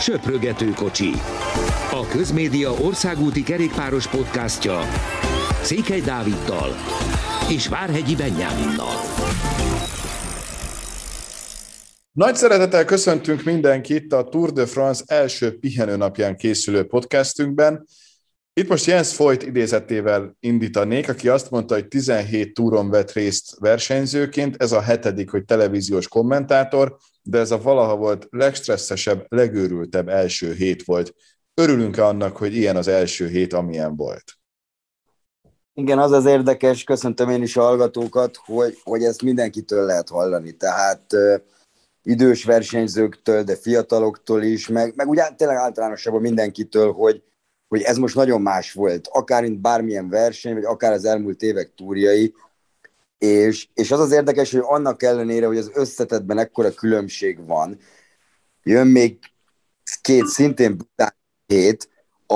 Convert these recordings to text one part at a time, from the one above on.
Söprögető kocsi. A Közmédia országúti kerékpáros podcastja Székely Dáviddal és Várhegyi Benyáminnal. Nagy szeretettel köszöntünk mindenkit a Tour de France első pihenőnapján készülő podcastünkben. Itt most Jens Voigt idézetével indítanék, aki azt mondta, hogy 17 túron vett részt versenyzőként, ez a 7., hogy televíziós kommentátor, de ez a valaha volt legstresszesebb, legőrültebb első hét volt. Örülünk-e annak, hogy ilyen az első hét, amilyen volt? Igen, az az érdekes, köszöntöm én is a hallgatókat, hogy ezt mindenkitől lehet hallani. Tehát idős versenyzőktől, de fiataloktól is, meg úgy tényleg általánosabban mindenkitől, hogy ez most nagyon más volt. Akár mint bármilyen verseny, vagy akár az elmúlt évek túrjai. És az az érdekes, hogy annak ellenére, hogy az összetettben ekkora különbség van, jön még két szintén brutál hét,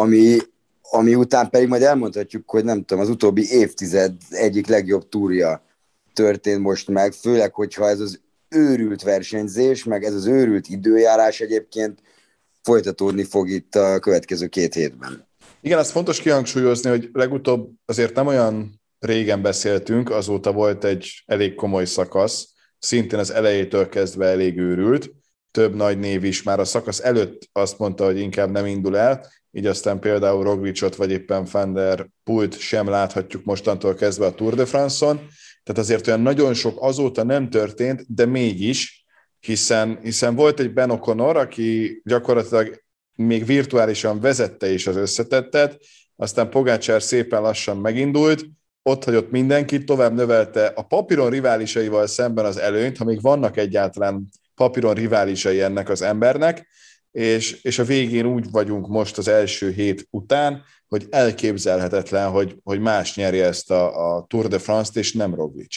ami után pedig majd elmondhatjuk, hogy nem tudom, az utóbbi évtized egyik legjobb túrja történt most meg, főleg, hogyha ez az őrült versenyzés, meg ez az őrült időjárás egyébként folytatódni fog itt a következő 2 hétben. Igen, azt fontos kihangsúlyozni, hogy legutóbb azért nem olyan régen beszéltünk, azóta volt egy elég komoly szakasz, szintén az elejétől kezdve elég őrült, több nagy név is már a szakasz előtt azt mondta, hogy inkább nem indul el, így aztán például Roglicot vagy éppen Van der Poelt sem láthatjuk mostantól kezdve a Tour de France-on, tehát azért olyan nagyon sok azóta nem történt, de mégis, hiszen volt egy Ben O'Connor, aki gyakorlatilag még virtuálisan vezette is az összetettet, aztán Pogačar szépen lassan megindult, ott hagyott mindenkit, tovább növelte a papíron riválisaival szemben az előnyt, ha még vannak egyáltalán papíron riválisai ennek az embernek, és a végén úgy vagyunk most az első hét után, hogy elképzelhetetlen, hogy más nyerje ezt a Tour de France-t, és nem Roglic.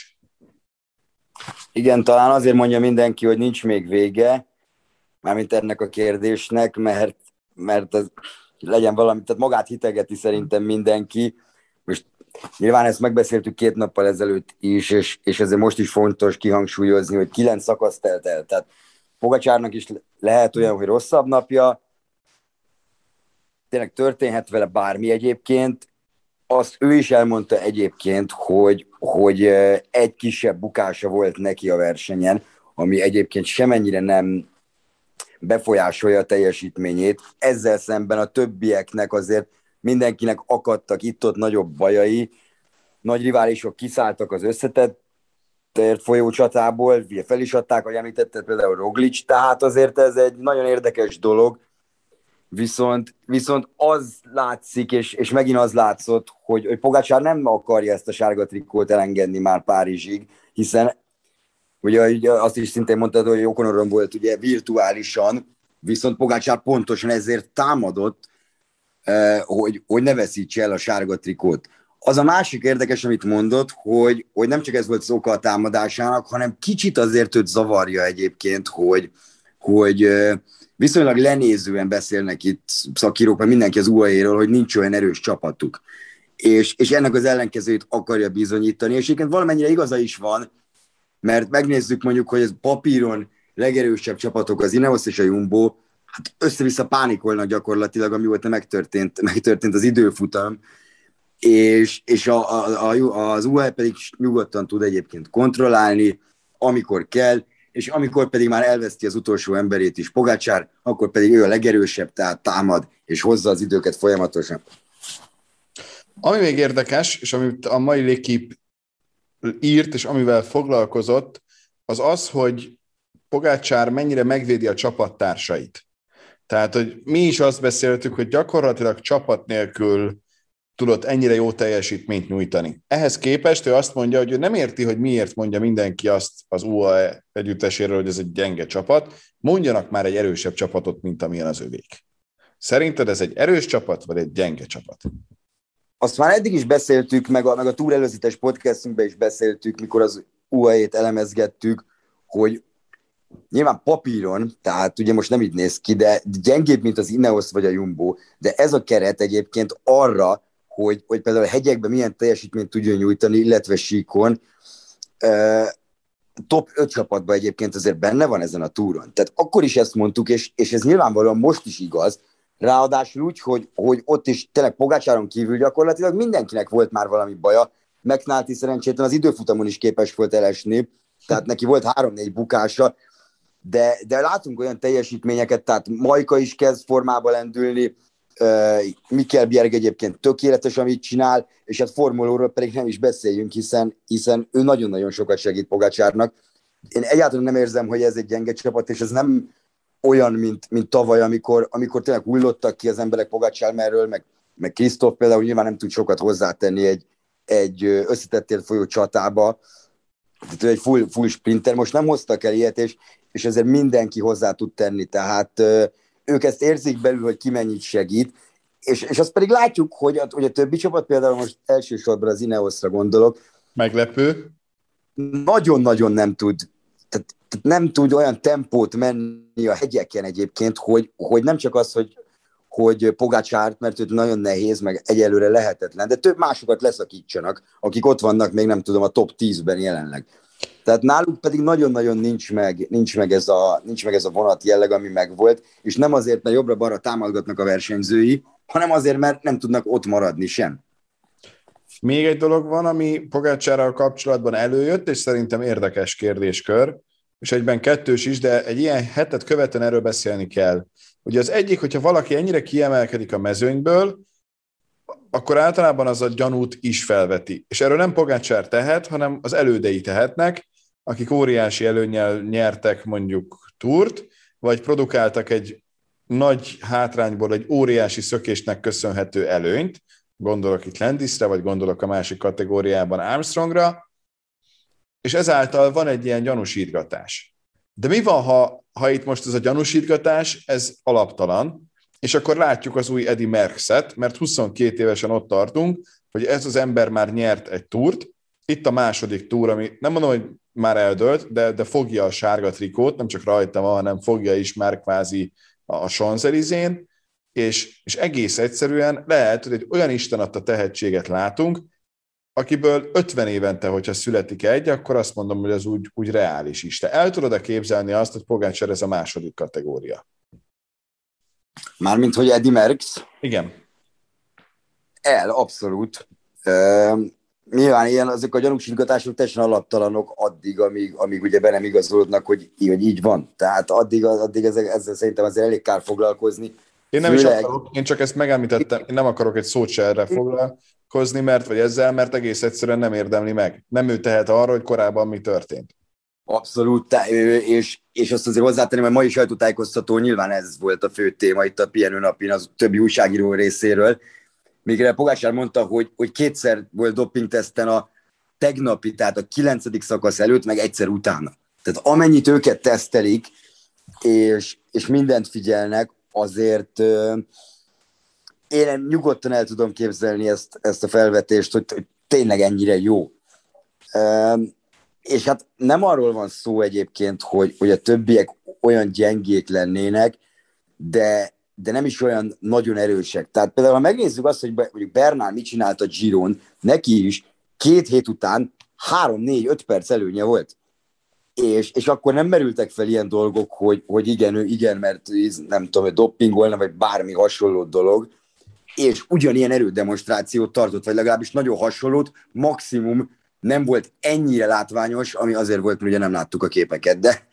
Igen, talán azért mondja mindenki, hogy nincs még vége, mármint ennek a kérdésnek, mert az legyen valami, tehát magát hitegeti szerintem mindenki. Most nyilván ezt megbeszéltük 2 nappal ezelőtt is, és ezért most is fontos kihangsúlyozni, hogy 9 szakasz telt el. Tehát Pogačarnak is lehet olyan, hogy rosszabb napja, tényleg történhet vele bármi egyébként. Azt ő is elmondta egyébként, hogy egy kisebb bukása volt neki a versenyen, ami egyébként semennyire nem befolyásolja a teljesítményét. Ezzel szemben a többieknek azért mindenkinek akadtak itt-ott nagyobb bajai, nagy riválisok kiszálltak az összetett folyó csatából, fel is adták, ahogy említetted, például Roglic, tehát azért ez egy nagyon érdekes dolog, viszont az látszik, és megint az látszott, hogy Pogačar nem akarja ezt a sárga trikót elengedni már Párizsig, hiszen ugye azt is szintén mondtad, hogy O'Connoron volt ugye virtuálisan, viszont Pogačar pontosan ezért támadott, hogy ne veszítse el a sárga trikót. Az a másik érdekes, amit mondott, hogy nem csak ez volt az oka a támadásának, hanem kicsit azért őt zavarja egyébként, hogy viszonylag lenézően beszélnek itt szakírók, mert mindenki az UAE-ről, hogy nincs olyan erős csapatuk. És ennek az ellenkezőjét akarja bizonyítani, és egyébként valamennyire igaza is van, mert megnézzük mondjuk, hogy ez papíron legerősebb csapatok, az Ineos és a Jumbo, hát össze-vissza pánikolnak gyakorlatilag, amióta megtörtént az időfutam, és az UAE pedig nyugodtan tud egyébként kontrollálni, amikor kell, és amikor pedig már elveszti az utolsó emberét is Pogačar, akkor pedig ő a legerősebb, tehát támad, és hozza az időket folyamatosan. Ami még érdekes, és amit a mai L'Équipe írt, és amivel foglalkozott, az, hogy Pogačar mennyire megvédi a csapattársait. Tehát, hogy mi is azt beszéltük, hogy gyakorlatilag csapat nélkül tudott ennyire jó teljesítményt nyújtani. Ehhez képest ő azt mondja, hogy ő nem érti, hogy miért mondja mindenki azt az UAE együtteséről, hogy ez egy gyenge csapat. Mondjanak már egy erősebb csapatot, mint amilyen az övék. Szerinted ez egy erős csapat, vagy egy gyenge csapat? Azt már eddig is beszéltük, meg a túl előzetes podcastunkban is beszéltük, mikor az UAE-t elemezgettük, hogy nyilván papíron, tehát ugye most nem így néz ki, de gyengébb, mint az Ineos vagy a Jumbo, de ez a keret egyébként arra, hogy például a hegyekben milyen teljesítményt tudjon nyújtani, illetve síkon, top 5 csapatban egyébként azért benne van ezen a túron. Tehát akkor is ezt mondtuk, és ez nyilvánvalóan most is igaz. Ráadásul úgy, hogy ott is tényleg Pogácsáron kívül gyakorlatilag mindenkinek volt már valami baja. McNulty szerencsétlen az időfutamon is képes volt elesni, tehát neki volt 3-4 bukása, de látunk olyan teljesítményeket, tehát Majka is kezd formába lendülni, Mikkel Bjerg egyébként tökéletes, amit csinál, és hát Formulóról pedig nem is beszéljünk, hiszen ő nagyon-nagyon sokat segít Pogačarnak. Én egyáltalán nem érzem, hogy ez egy gyenge csapat, és ez nem olyan, mint tavaly, amikor tényleg hullottak ki az emberek Pogačar merről, meg Krisztóf például nyilván nem tud sokat hozzátenni egy összetettél folyó csatába, tehát ő egy full sprinter, most nem hoztak el ilyet, és ezért mindenki hozzá tud tenni, tehát ők ezt érzik belül, hogy ki mennyit segít, és azt pedig látjuk, hogy a többi csapat, például most elsősorban az Ineosra gondolok, meglepő, nagyon-nagyon nem tud, tehát nem tud olyan tempót menni a hegyeken egyébként, hogy nem csak az, hogy Pogačart, mert őt nagyon nehéz, meg egyelőre lehetetlen, de több másokat leszakítsanak, akik ott vannak még nem tudom a top 10-ben jelenleg. Tehát náluk pedig nagyon-nagyon nincs meg ez a vonat jelleg, ami megvolt, és nem azért, mert jobbra-balra támadgatnak a versenyzői, hanem azért, mert nem tudnak ott maradni sem. Még egy dolog van, ami Pogačarral kapcsolatban előjött, és szerintem érdekes kérdéskör, és egyben kettős is, de egy ilyen hetet követően erről beszélni kell. Ugye az egyik, hogyha valaki ennyire kiemelkedik a mezőnyből, akkor általában az a gyanút is felveti. És erről nem Pogačar tehet, hanem az elődei tehetnek, akik óriási előnnyel nyertek mondjuk túrt, vagy produkáltak egy nagy hátrányból egy óriási szökésnek köszönhető előnyt, gondolok itt Landisre, vagy gondolok a másik kategóriában Armstrongra, és ezáltal van egy ilyen gyanúsítgatás. De mi van, ha itt most ez a gyanúsítgatás, ez alaptalan, és akkor látjuk az új Eddy Merckxet, mert 22 évesen ott tartunk, hogy ez az ember már nyert egy túrt, itt a második túr, ami nem mondom, hogy már eldőlt, de fogja a sárga trikót, nem csak rajta van, hanem fogja is már kvázi a Champs-Élysén, és egész egyszerűen lehet, hogy egy olyan istenadta tehetséget látunk, akiből 50 évente, hogyha születik egy, akkor azt mondom, hogy az úgy reális is. Te el tudod-e képzelni azt, hogy Pogačar ez a második kategória? Mármint, hogy Eddy Merckx? Igen. Abszolút. Nyilván ilyen azok a gyanúsítgatások teljesen alaptalanok addig, amíg ugye be nem igazolódnak, hogy így van. Tehát addig ezzel szerintem azért elég kár foglalkozni. Én nem is akarok, én csak ezt megemlítettem, én nem akarok egy szót se erre foglalkozni, mert egész egyszerűen nem érdemli meg. Nem ő tehet arra, hogy korábban mi történt. Abszolút, és azt azért hozzátenném, hogy mai sajtótájékoztató nyilván ez volt a fő téma itt a pihenőnapin az többi újságíró részéről. Mikre Pogačar mondta, hogy kétszer volt dopingteszten a tegnapi, tehát a 9. szakasz előtt, meg egyszer utána. Tehát amennyit őket tesztelik, és mindent figyelnek, azért én nyugodtan el tudom képzelni ezt a felvetést, hogy tényleg ennyire jó. És hát nem arról van szó egyébként, hogy a többiek olyan gyengék lennének, de nem is olyan nagyon erősek. Tehát például, ha megnézzük azt, hogy mondjuk Bernal mit csinált a Giron, neki is 2 hét után 3-4-5 perc előnye volt. És akkor nem merültek fel ilyen dolgok, hogy igen, mert nem tudom, hogy doppingolna, vagy bármi hasonló dolog, és ugyanilyen erődemonstrációt tartott, vagy legalábbis nagyon hasonlót, maximum nem volt ennyire látványos, ami azért volt, mert ugye nem láttuk a képeket,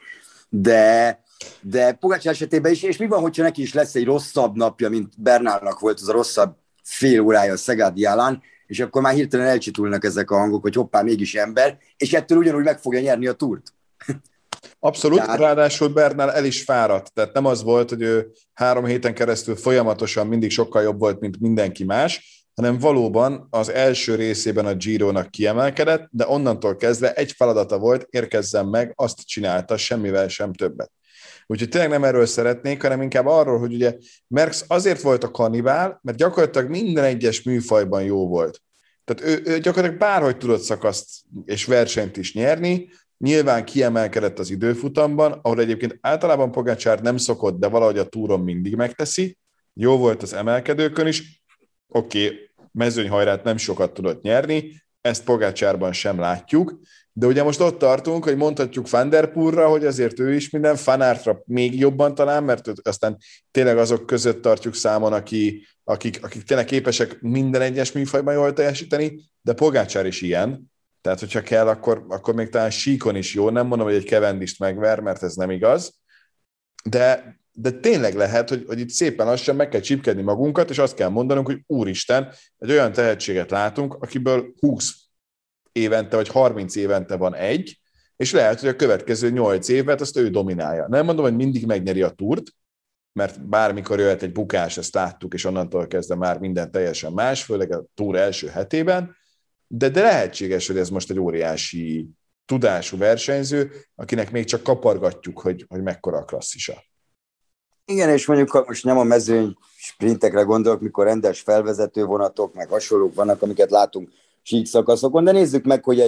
de Pogačar esetében is, és mi van, hogyha neki is lesz egy rosszabb napja, mint Bernálnak volt az a rosszabb fél órája a Szegádi Álán, és akkor már hirtelen elcsitulnak ezek a hangok, hogy hoppá, mégis ember, és ettől ugyanúgy meg fogja nyerni a túrt. Abszolút, ráadásul Bernal el is fáradt, tehát nem az volt, hogy ő 3 héten keresztül folyamatosan mindig sokkal jobb volt, mint mindenki más, hanem valóban az első részében a Girónak kiemelkedett, de onnantól kezdve egy feladata volt, érkezzen meg, azt csinálta, semmivel sem többet. Úgyhogy tényleg nem erről szeretnék, hanem inkább arról, hogy ugye Merckx azért volt a kannibál, mert gyakorlatilag minden egyes műfajban jó volt. Tehát ő gyakorlatilag bárhogy tudott szakaszt és versenyt is nyerni, nyilván kiemelkedett az időfutamban, ahol egyébként általában Pogačar nem szokott, de valahogy a túron mindig megteszi. Jó volt az emelkedőkön is. Oké, mezőnyhajrát nem sokat tudott nyerni, ezt Pogačarban sem látjuk, De ugye most ott tartunk, hogy mondhatjuk Van der Poelra, hogy azért ő is minden, Van Aertra még jobban talán, mert aztán tényleg azok között tartjuk számon, akik tényleg képesek minden egyes műfajban jól teljesíteni, de Pogačar is ilyen. Tehát, hogyha kell, akkor még talán síkon is jó. Nem mondom, hogy egy Cavendist megver, mert ez nem igaz. De tényleg lehet, hogy itt szépen lassan meg kell csipkedni magunkat, és azt kell mondanunk, hogy úristen, egy olyan tehetséget látunk, akiből 20 évente vagy 30 évente van egy, és lehet, hogy a következő 8 évet azt ő dominálja. Nem mondom, hogy mindig megnyeri a túrt, mert bármikor jöhet egy bukás, ezt láttuk, és onnantól kezdve már minden teljesen más, főleg a túr első hetében, de lehetséges, hogy ez most egy óriási tudású versenyző, akinek még csak kapargatjuk, hogy mekkora a klasszisa. Igen, és mondjuk most nem a mezőny sprintekre gondolok, mikor rendes felvezető vonatok, meg hasonlók vannak, amiket látunk sík szakaszokon, de nézzük meg, hogy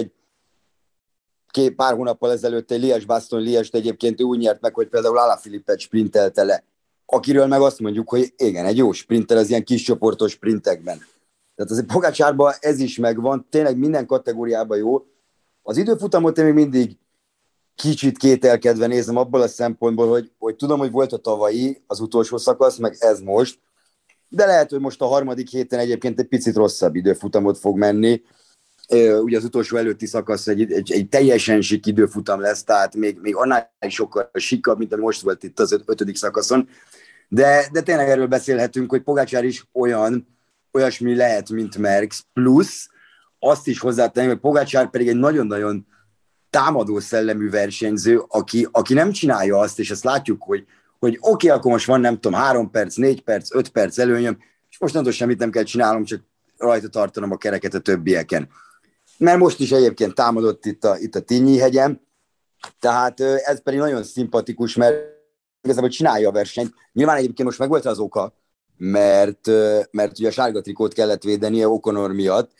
pár hónappal ezelőtt egy Liège-Bastogne-Liège-t egyébként ő úgy nyert meg, hogy például Alaphilippet sprintelte le, akiről meg azt mondjuk, hogy igen, egy jó sprinter az ilyen kis csoportos sprintekben. Tehát azért Pogačarban ez is megvan, tényleg minden kategóriában jó. Az időfutamot én még mindig kicsit kételkedve nézem abból a szempontból, hogy tudom, hogy volt a tavalyi, az utolsó szakasz, meg ez most, de lehet, hogy most a harmadik héten egyébként egy picit rosszabb időfutamot fog menni. Ugye az utolsó előtti szakasz egy teljesen sik időfutam lesz, tehát még annál is sokkal sikabb, mint ami most volt itt az 5. szakaszon. De tényleg erről beszélhetünk, hogy Pogačar is olyasmi lehet, mint Merckx, plusz azt is hozzátenném, hogy Pogačar pedig egy nagyon-nagyon támadó szellemű versenyző, aki nem csinálja azt, és ezt látjuk, hogy oké, akkor most van, nem tudom, 3 perc, 4 perc, 5 perc előnyöm, és mostantól semmit nem kell csinálnom, csak rajta tartanom a kereket a többieken. Mert most is egyébként támadott itt a Tinyi-hegyen, tehát ez pedig nagyon szimpatikus, mert igazából csinálja a versenyt. Nyilván egyébként most megvolt az oka, mert ugye a sárga trikót kellett védenie O'Connor miatt,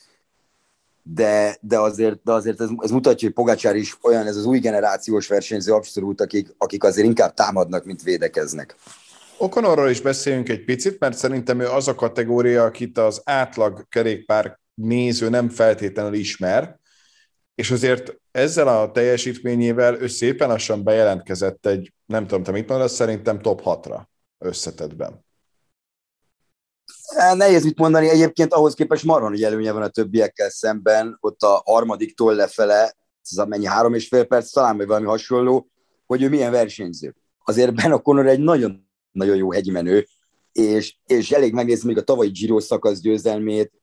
de azért ez mutatja, hogy Pogačar is olyan, ez az új generációs versenyző abszolút, akik azért inkább támadnak, mint védekeznek. O'Connorról is beszéljünk egy picit, mert szerintem ő az a kategória, akit az átlag kerékpár néző nem feltétlenül ismer, és azért ezzel a teljesítményével ő szépen lassan bejelentkezett egy, nem tudom, te mit mondasz, szerintem top 6-ra összetettben. Nehéz mit mondani, egyébként ahhoz képest marha nagy előnye van a többiekkel szemben, ott a harmadiktól lefele, ez mennyi 3,5 perc, talán vagy valami hasonló, hogy ő milyen versenyző. Azért Ben O'Connor egy nagyon, nagyon jó hegyi menő, és elég megnézni még a tavalyi Giro szakasz győzelmét,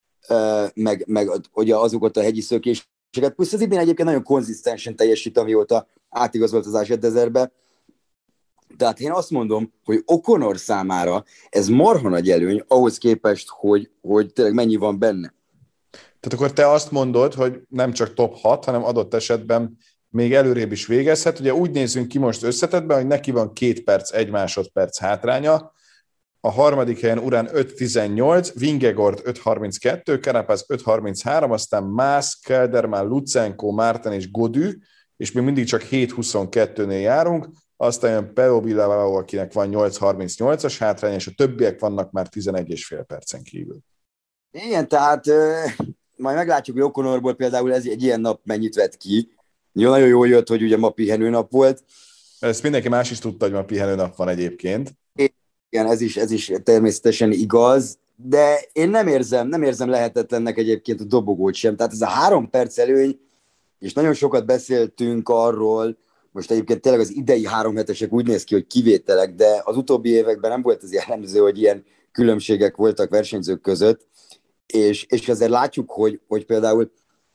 meg ugye azokat a hegyi szökéseket, plusz az idén egyébként nagyon konzisztensen teljesít, amióta átigazolt az A2000-be. Tehát én azt mondom, hogy O'Connor számára ez marha nagy előny ahhoz képest, hogy tényleg mennyi van benne. Tehát akkor te azt mondod, hogy nem csak top 6, hanem adott esetben még előrébb is végezhet. Ugye úgy nézzünk ki most összetettben, hogy neki van 2 perc, 1 másodperc hátránya. A harmadik helyen Urán 5.18, Vingegaard 5.32, Carapaz 5.33, aztán Mász, Kelderman, Lutsenko, Márten és Godű, és még mindig csak 7.22-nél járunk. Aztán jön Pello Bilbao, akinek van 8.38-as hátránya, és a többiek vannak már 11,5 percen kívül. Igen, tehát majd meglátjuk, hogy O'Connorból például ez egy ilyen nap mennyit vett ki. Nagyon jól jött, hogy ugye ma pihenőnap volt. Ezt mindenki más is tudta, hogy ma pihenőnap van egyébként. Igen, ez is természetesen igaz, de én nem érzem lehetetlennek egyébként a dobogót sem. Tehát ez a 3 perc előny, és nagyon sokat beszéltünk arról, most egyébként tényleg az idei 3 hetesek úgy néz ki, hogy kivételek, de az utóbbi években nem volt az jellemző, hogy ilyen különbségek voltak versenyzők között, és azért látjuk, hogy például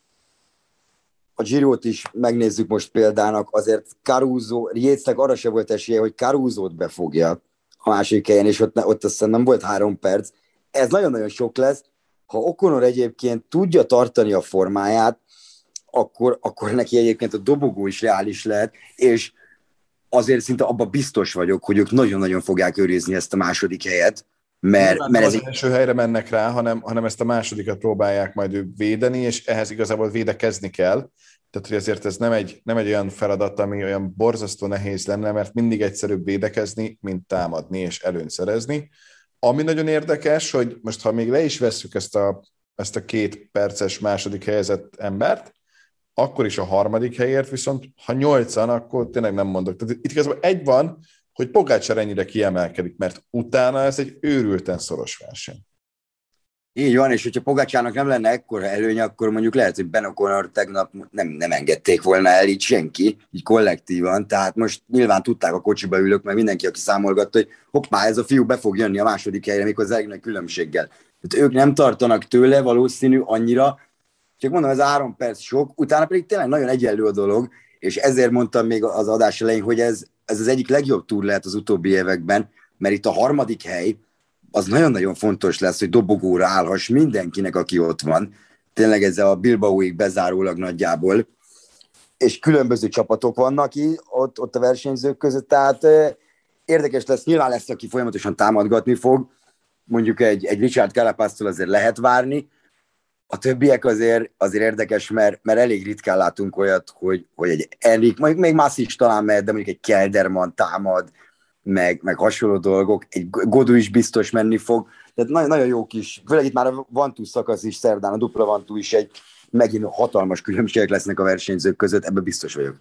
a Girót is megnézzük most példának, azért Caruso, Yates-nek arra se volt esélye, hogy Carusót befogja a másik helyen, és ott aztán nem volt 3 perc. Ez nagyon-nagyon sok lesz. Ha O'Connor egyébként tudja tartani a formáját, akkor neki egyébként a dobogó is reális lehet, és azért szinte abban biztos vagyok, hogy ők nagyon-nagyon fogják őrizni ezt a második helyet, mert ez az első helyre mennek rá, hanem ezt a másodikat próbálják majd védeni, és ehhez igazából védekezni kell. Tehát, hogy ezért ez nem egy olyan feladat, ami olyan borzasztó nehéz lenne, mert mindig egyszerűbb védekezni, mint támadni és előnyt szerezni. Ami nagyon érdekes, hogy most ha még le is vesszük ezt a 2 perces második helyezett embert, akkor is a harmadik helyért, viszont ha 8-an, akkor tényleg nem mondok. Tehát itt igazából egy van, hogy Pogačar ennyire kiemelkedik, mert utána ez egy őrülten szoros verseny. Így van, és hogyha Pogačarnak nem lenne ekkora előnye, akkor mondjuk lehet, hogy Ben O'Connor tegnap nem engedték volna el így senki, így kollektívan, tehát most nyilván tudták, a kocsiba ülök, mert mindenki, aki számolgatta, hogy hoppá, ez a fiú be fog jönni a második helyre, méghozzá egy nagy különbséggel. Tehát ők nem tartanak tőle valószínű annyira, csak mondom, ez 3 perc sok, utána pedig tényleg nagyon egyenlő a dolog, és ezért mondtam még az adás elején, hogy ez az egyik legjobb túr lehet az utóbbi években, mert itt a harmadik hely, az nagyon-nagyon fontos lesz, hogy dobogóra állhass mindenkinek, aki ott van. Tényleg ez a Bilbaóig bezárólag nagyjából. És különböző csapatok vannak ott a versenyzők között, tehát érdekes lesz, nyilván lesz, aki folyamatosan támadgatni fog. Mondjuk egy Richard Carapaztól azért lehet várni. A többiek azért érdekes, mert elég ritkán látunk olyat, hogy egy Enrik, mondjuk még Massi is talán mehet, de mondjuk egy Kelderman támad, meg hasonló dolgok, egy Godú is biztos menni fog, tehát nagyon, nagyon jó kis, főleg itt már a Vantú szakasz is szerdán, a dupla Vantú is megint hatalmas különbségek lesznek a versenyzők között, ebben biztos vagyok.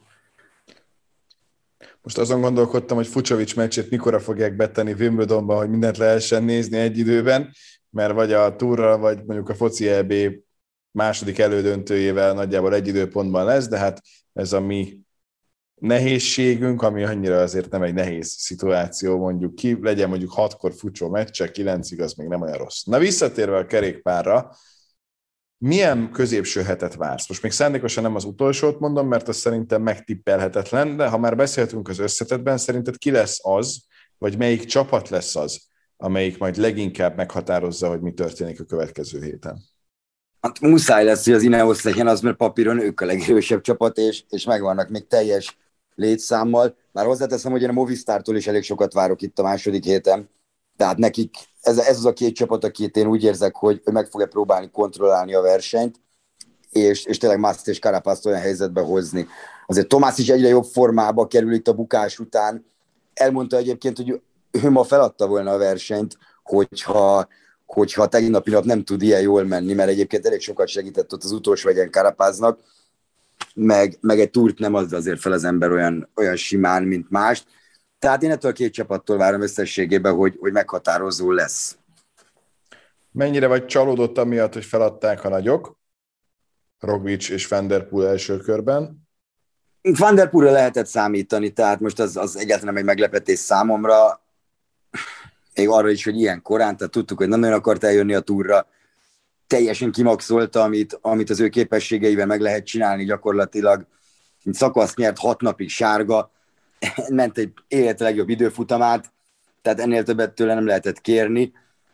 Most azon gondolkodtam, hogy Fucsovics meccsét mikorra fogják betenni Wimbledonban, hogy mindent lehessen nézni egy időben, mert vagy a túrra, vagy mondjuk a foci EB második elődöntőjével nagyjából egy időpontban lesz, de hát ez a mi nehézségünk, ami annyira azért nem egy nehéz szituáció, mondjuk ki, legyen mondjuk 6-kor Fucsó meccse, 9-ig, az még nem olyan rossz. Na visszatérve a kerékpárra, milyen középső hetet vársz? Most még szándékosan nem az utolsót mondom, mert az szerintem megtippelhetetlen, de ha már beszéltünk az összetettben, szerinted ki lesz az, vagy melyik csapat lesz az, amelyik majd leginkább meghatározza, hogy mi történik a következő héten? Hát muszáj lesz, hogy az Ineos legyen az, mert papíron ők a legerősebb csapat, és megvannak még teljes létszámmal. Már hozzáteszem, hogy én a Movistártól is elég sokat várok itt a második héten. Tehát nekik ez az a 2 csapat, akit én úgy érzek, hogy meg fogja próbálni kontrollálni a versenyt, és tényleg Massi és Carapaz olyan helyzetbe hozni. Azért Tomás is egyre jobb formába kerül itt a bukás után. Elmondta egyébként, hogy ő ma feladta volna a versenyt, hogyha tegnapi nap nem tud ilyen jól menni, mert egyébként elég sokat segített ott az utolsó egyen Carapaznak, meg egy túrt nem az azért fel az ember olyan simán, mint mást. Tehát én ettől a 2 csapattól várom összességében, hogy meghatározó lesz. Mennyire vagy csalódott amiatt, hogy feladták a nagyok? Roglic és Van der Poel első körben. Van der Poelre lehetett számítani, tehát most az egyáltalán nem egy meglepetés számomra. Még arra is, hogy ilyen korán, tehát tudtuk, hogy nem nagyon akart eljönni a túrra. Teljesen kimaxolta, amit az ő képességeivel meg lehet csinálni gyakorlatilag. Mint szakaszt nyert 6 napig sárga, ment egy élete legjobb időfutamát, tehát ennél többet tőle nem lehetett kérni.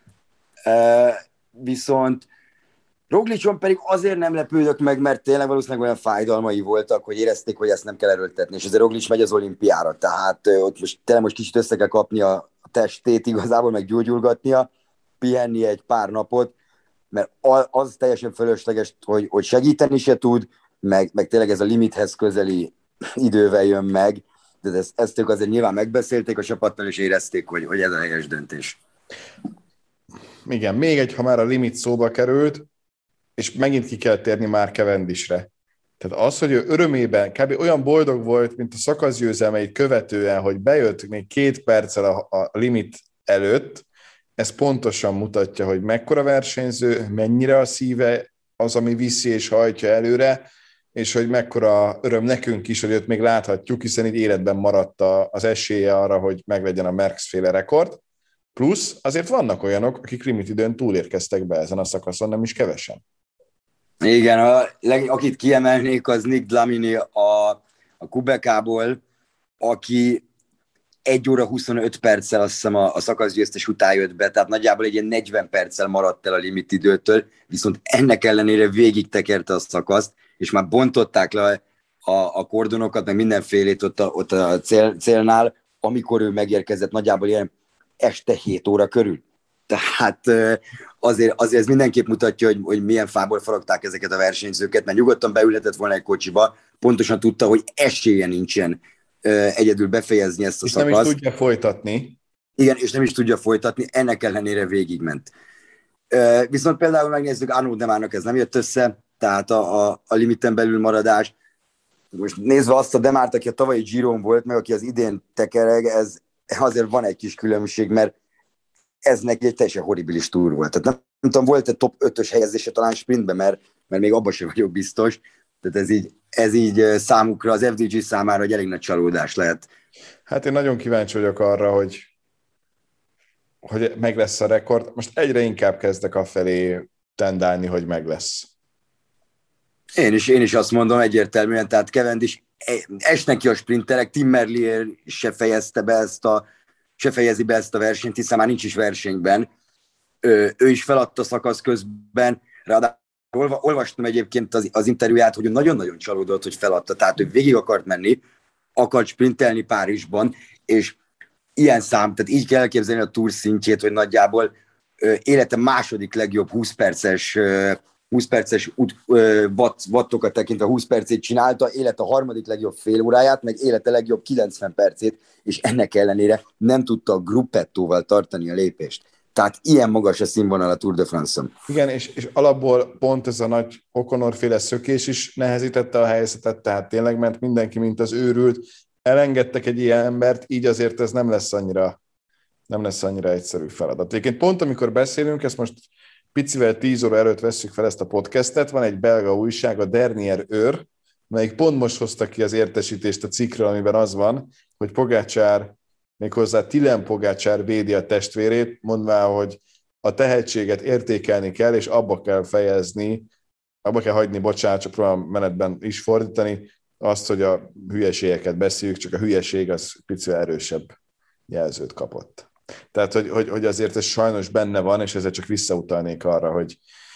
Viszont Roglicson pedig azért nem lepődök meg, mert tényleg valószínűleg olyan fájdalmai voltak, hogy érezték, hogy ezt nem kell erőltetni, és azért Roglic megy az olimpiára, tehát ott most kicsit össze kell kapni a testét igazából, meg gyógyulgatnia, pihenni egy pár napot, mert az teljesen fölösleges, hogy segíteni se tud, meg tényleg ez a limithez közeli idővel jön meg, de ezt ők azért nyilván megbeszélték a csapattal, és érezték, hogy ez a helyes döntés. Igen, még egy, ha már a limit szóba került, és megint ki kell térni már Cavendishre. Tehát az, hogy ő örömében kb. Olyan boldog volt, mint a szakaszgyőzelmeit követően, hogy bejött még 2 perccel a limit előtt, ez pontosan mutatja, hogy mekkora versenyző, mennyire a szíve az, ami viszi és hajtja előre, és hogy mekkora öröm nekünk is, hogy őt még láthatjuk, hiszen így életben maradt az esélye arra, hogy meglegyen a Merckx-féle rekord. Plusz azért vannak olyanok, akik limit időn túlérkeztek be ezen a szakaszon, nem is kevesen. Igen, akit kiemelnék, az Nick Dlamini a Quebekából, aki 1 óra 25 perccel azt hiszem a szakaszgyőztes után jött be, tehát nagyjából egy ilyen 40 perccel maradt el a limit időtől, viszont ennek ellenére végig tekerte a szakaszt, és már bontották le a kordonokat, meg mindenfélét ott a célnál, amikor ő megérkezett nagyjából ilyen este 7 óra körül. Tehát azért ez mindenképp mutatja, hogy milyen fából faragták ezeket a versenyzőket, mert nyugodtan beülhetett volna egy kocsiba, pontosan tudta, hogy esélye nincsen egyedül befejezni ezt a szakaszt. És nem is tudja folytatni. Igen, és nem is tudja folytatni, ennek ellenére végigment. Viszont például megnézzük, Arnaud Demarnak ez nem jött össze, tehát a limiten belül maradás. Most nézve azt a Demárt, aki a tavalyi Giron volt, meg aki az idén tekereg, ez azért van egy kis különbség, mert ez neki egy teljesen horribilis túr volt. Tehát nem tudom, volt egy top 5-ös helyezése talán sprintben, mert még abban sem vagyok biztos. Tehát ez így számukra, az FDG számára egy elég nagy csalódás lehet. Hát én nagyon kíváncsi vagyok arra, hogy meg lesz a rekord. Most egyre inkább kezdek afelé tendálni, hogy meg lesz. Én is azt mondom egyértelműen, tehát Cavendish esnek ki a sprinterek, Tim Merlier se fejezi be ezt a versenyt, hiszen már nincs is versenyben. Ő is feladta szakasz közben, ráadásul olvastam egyébként az interjúját, hogy ő nagyon-nagyon csalódott, hogy feladta, tehát ő végig akart menni, akart sprintelni Párizsban, és ilyen szám, tehát így kell elképzelni a túr szintjét, hogy nagyjából élete második legjobb 20 perces wattokat tekintve 20 percét csinálta, élete harmadik legjobb fél óráját, meg élete legjobb 90 percét, és ennek ellenére nem tudta a gruppettóval tartani a lépést. Tehát ilyen magas a színvonal a Tour de France-on. Igen, és alapból pont ez a nagy O'Connor-féle szökés is nehezítette a helyzetet, tehát tényleg ment mindenki, mint az őrült. Elengedtek egy ilyen embert, így azért ez nem lesz annyira egyszerű feladat. Egyébként pont amikor beszélünk, ezt most picivel 10 óra előtt vesszük fel ezt a podcastet, van egy belga újság, a Dernier Heure, melyik pont most hozta ki az értesítést a cikkről, amiben az van, hogy Pogačar, méghozzá Tillem Pogačar védi a testvérét, mondvá, hogy a tehetséget értékelni kell, és abba kell hagyni, bocsánat, csak próbálom menetben is fordítani, azt, hogy a hülyeségeket beszéljük, csak a hülyeség az picivel erősebb jelzőt kapott. Tehát, hogy azért ez sajnos benne van, és ezzel csak visszautalnék arra, hogy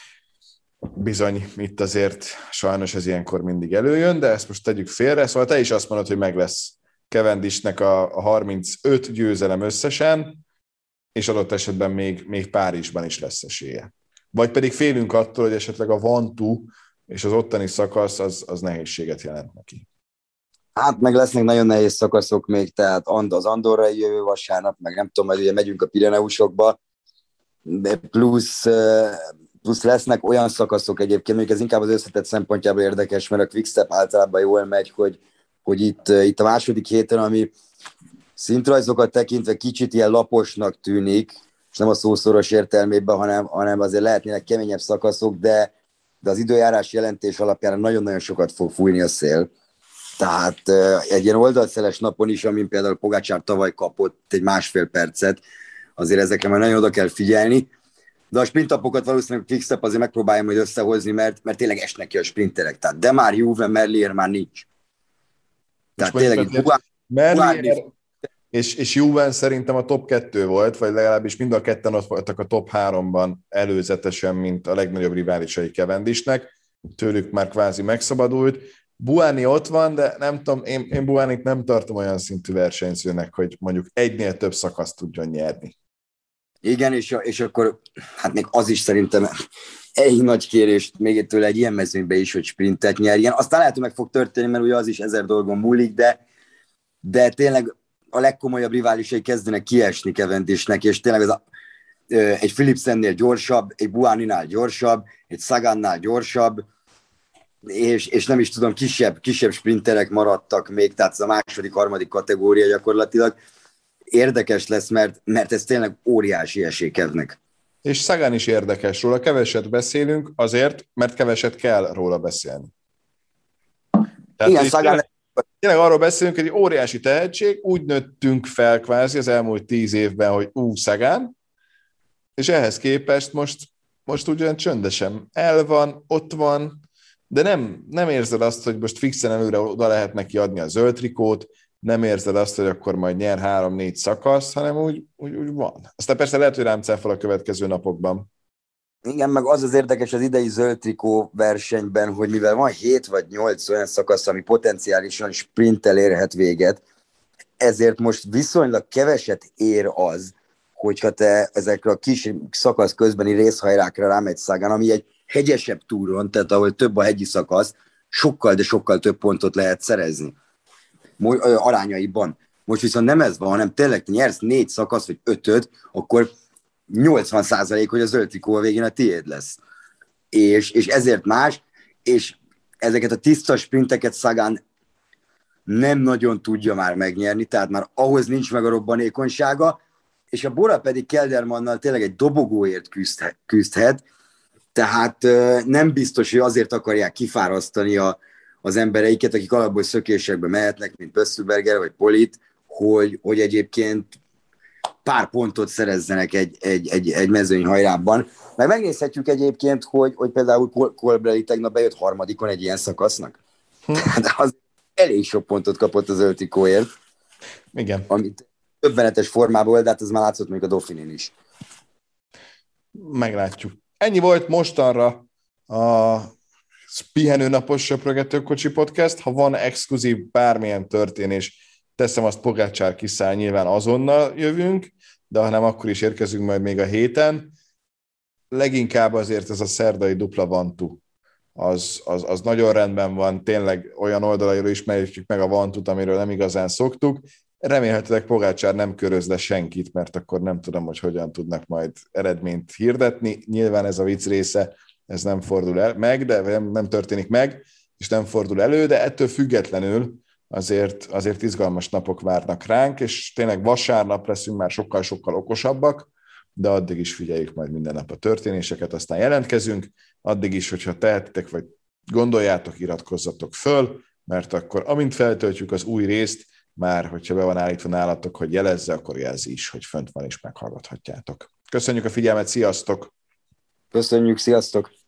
bizony itt azért sajnos ez ilyenkor mindig előjön, de ezt most tegyük félre. Szóval te is azt mondod, hogy meg lesz Cavendishnek a 35 győzelem összesen, és adott esetben még Párizsban is lesz esélye. Vagy pedig félünk attól, hogy esetleg a Vantu és az ottani szakasz az nehézséget jelent neki. Hát meg lesznek nagyon nehéz szakaszok még, tehát az Andorrai jövő vasárnap, meg nem tudom, majd ugye megyünk a Pireneusokba, de plusz lesznek olyan szakaszok egyébként, mondjuk ez inkább az összetett szempontjából érdekes, mert a Quickstep általában jól megy, hogy itt a második héten, ami szintrajzokat tekintve kicsit ilyen laposnak tűnik, és nem a szószoros értelmében, hanem azért lehetnének keményebb szakaszok, de az időjárás jelentés alapján nagyon-nagyon sokat fog fújni a szél. Tehát egy ilyen oldalszeles napon is, amin például Pogačar tavaly kapott egy 1,5 percet, azért ezekre már nagyon oda kell figyelni. De a sprintapokat valószínűleg Quickstep azért megpróbálja majd összehozni, mert tényleg esnek ki a sprinterek. Tehát Demar, Juve, Merlier már nincs. Tehát tényleg Merlier és Juve szerintem a top 2 volt, vagy legalábbis mind a ketten ott voltak a top 3-ban előzetesen, mint a legnagyobb riválisai Cavendishnek. Tőlük már kvázi megszabadult. Buani ott van, de nem tudom, én Buanit nem tartom olyan szintű versenyzőnek, hogy mondjuk egynél több szakaszt tudjon nyerni. Igen, és akkor hát még az is szerintem egy nagy kérést még tőle egy ilyen mezőnybe is, hogy sprintet nyerjen. Aztán lehet, hogy meg fog történni, mert ugye az is 1000 dolgon múlik, de tényleg a legkomolyabb riválisai kezdenek kiesni Cavendishnek, és tényleg egy Philipsennél gyorsabb, egy Buaninál gyorsabb, egy Sagannál gyorsabb, és nem is tudom, kisebb sprinterek maradtak még, tehát ez a második, harmadik kategória gyakorlatilag. Érdekes lesz, mert ez tényleg óriási esély Kevnek. És Sagan is érdekes, róla keveset beszélünk, azért, mert keveset kell róla beszélni. Tehát igen, Sagan... Tényleg arról beszélünk, hogy egy óriási tehetség, úgy nőttünk fel kvázi az elmúlt 10 évben, hogy Sagan, és ehhez képest most ugyan csöndesen el van, ott van, de nem érzed azt, hogy most fixen előre oda lehet neki adni a zöld trikót, nem érzed azt, hogy akkor majd nyer 3-4 szakasz, hanem úgy van. Aztán persze lehet, hogy rám cáfol a következő napokban. Igen, meg az érdekes az idei zöld trikó versenyben, hogy mivel van 7 vagy 8 olyan szakasz, ami potenciálisan sprinttel érhet véget, ezért most viszonylag keveset ér az, hogyha te ezekre a kis szakasz közbeni részhajrákra rámegy Sagan, ami egy hegyesebb túron, tehát ahol több a hegyi szakasz, sokkal, de sokkal több pontot lehet szerezni arányaiban. Most viszont nem ez van, hanem tényleg te nyersz 4 szakasz, vagy 5-öt, akkor 80%, hogy a zöld trikó a végén a tiéd lesz. És ezért más, és ezeket a tiszta sprinteket Sagan nem nagyon tudja már megnyerni, tehát már ahhoz nincs meg a robbanékonysága, és a Bora pedig Keldermannal tényleg egy dobogóért küzdhet, tehát nem biztos, hogy azért akarják kifárasztani az embereiket, akik alapból szökésekbe mehetnek, mint Pösztülberger vagy Polit, hogy egyébként pár pontot szerezzenek egy mezőnyhajrában. Meg megnézhetjük egyébként, hogy például Colbrelli tegnap bejött harmadikon egy ilyen szakasznak. De az elég sok pontot kapott az öltikóért. Igen. Amit többenetes formában volt, de hát ez már látszott még a Dauphinén is. Meglátjuk. Ennyi volt mostanra a pihenőnapos Söprögetőkocsi Podcast. Ha van exkluzív bármilyen történés, teszem azt, Pogačar kiszáll, nyilván azonnal jövünk, de ha nem, akkor is érkezünk majd még a héten. Leginkább azért ez a szerdai dupla Vantu, az nagyon rendben van, tényleg olyan oldalairól ismerjük meg a Vantut, amiről nem igazán szoktuk. Remélhetőleg Pogačar nem köröz le senkit, mert akkor nem tudom, hogy hogyan tudnak majd eredményt hirdetni. Nyilván ez a vicc része, ez nem fordul el meg, de nem történik meg, és nem fordul elő, de ettől függetlenül azért izgalmas napok várnak ránk, és tényleg vasárnap leszünk már sokkal-sokkal okosabbak, de addig is figyeljük majd minden nap a történéseket, aztán jelentkezünk, addig is, hogyha tehetitek, vagy gondoljátok, iratkozzatok föl, mert akkor amint feltöltjük az új részt, már hogyha be van állítva nálatok, hogy jelezze, akkor jelzi is, hogy fönt van és meghallgathatjátok. Köszönjük a figyelmet, sziasztok! Köszönjük, sziasztok!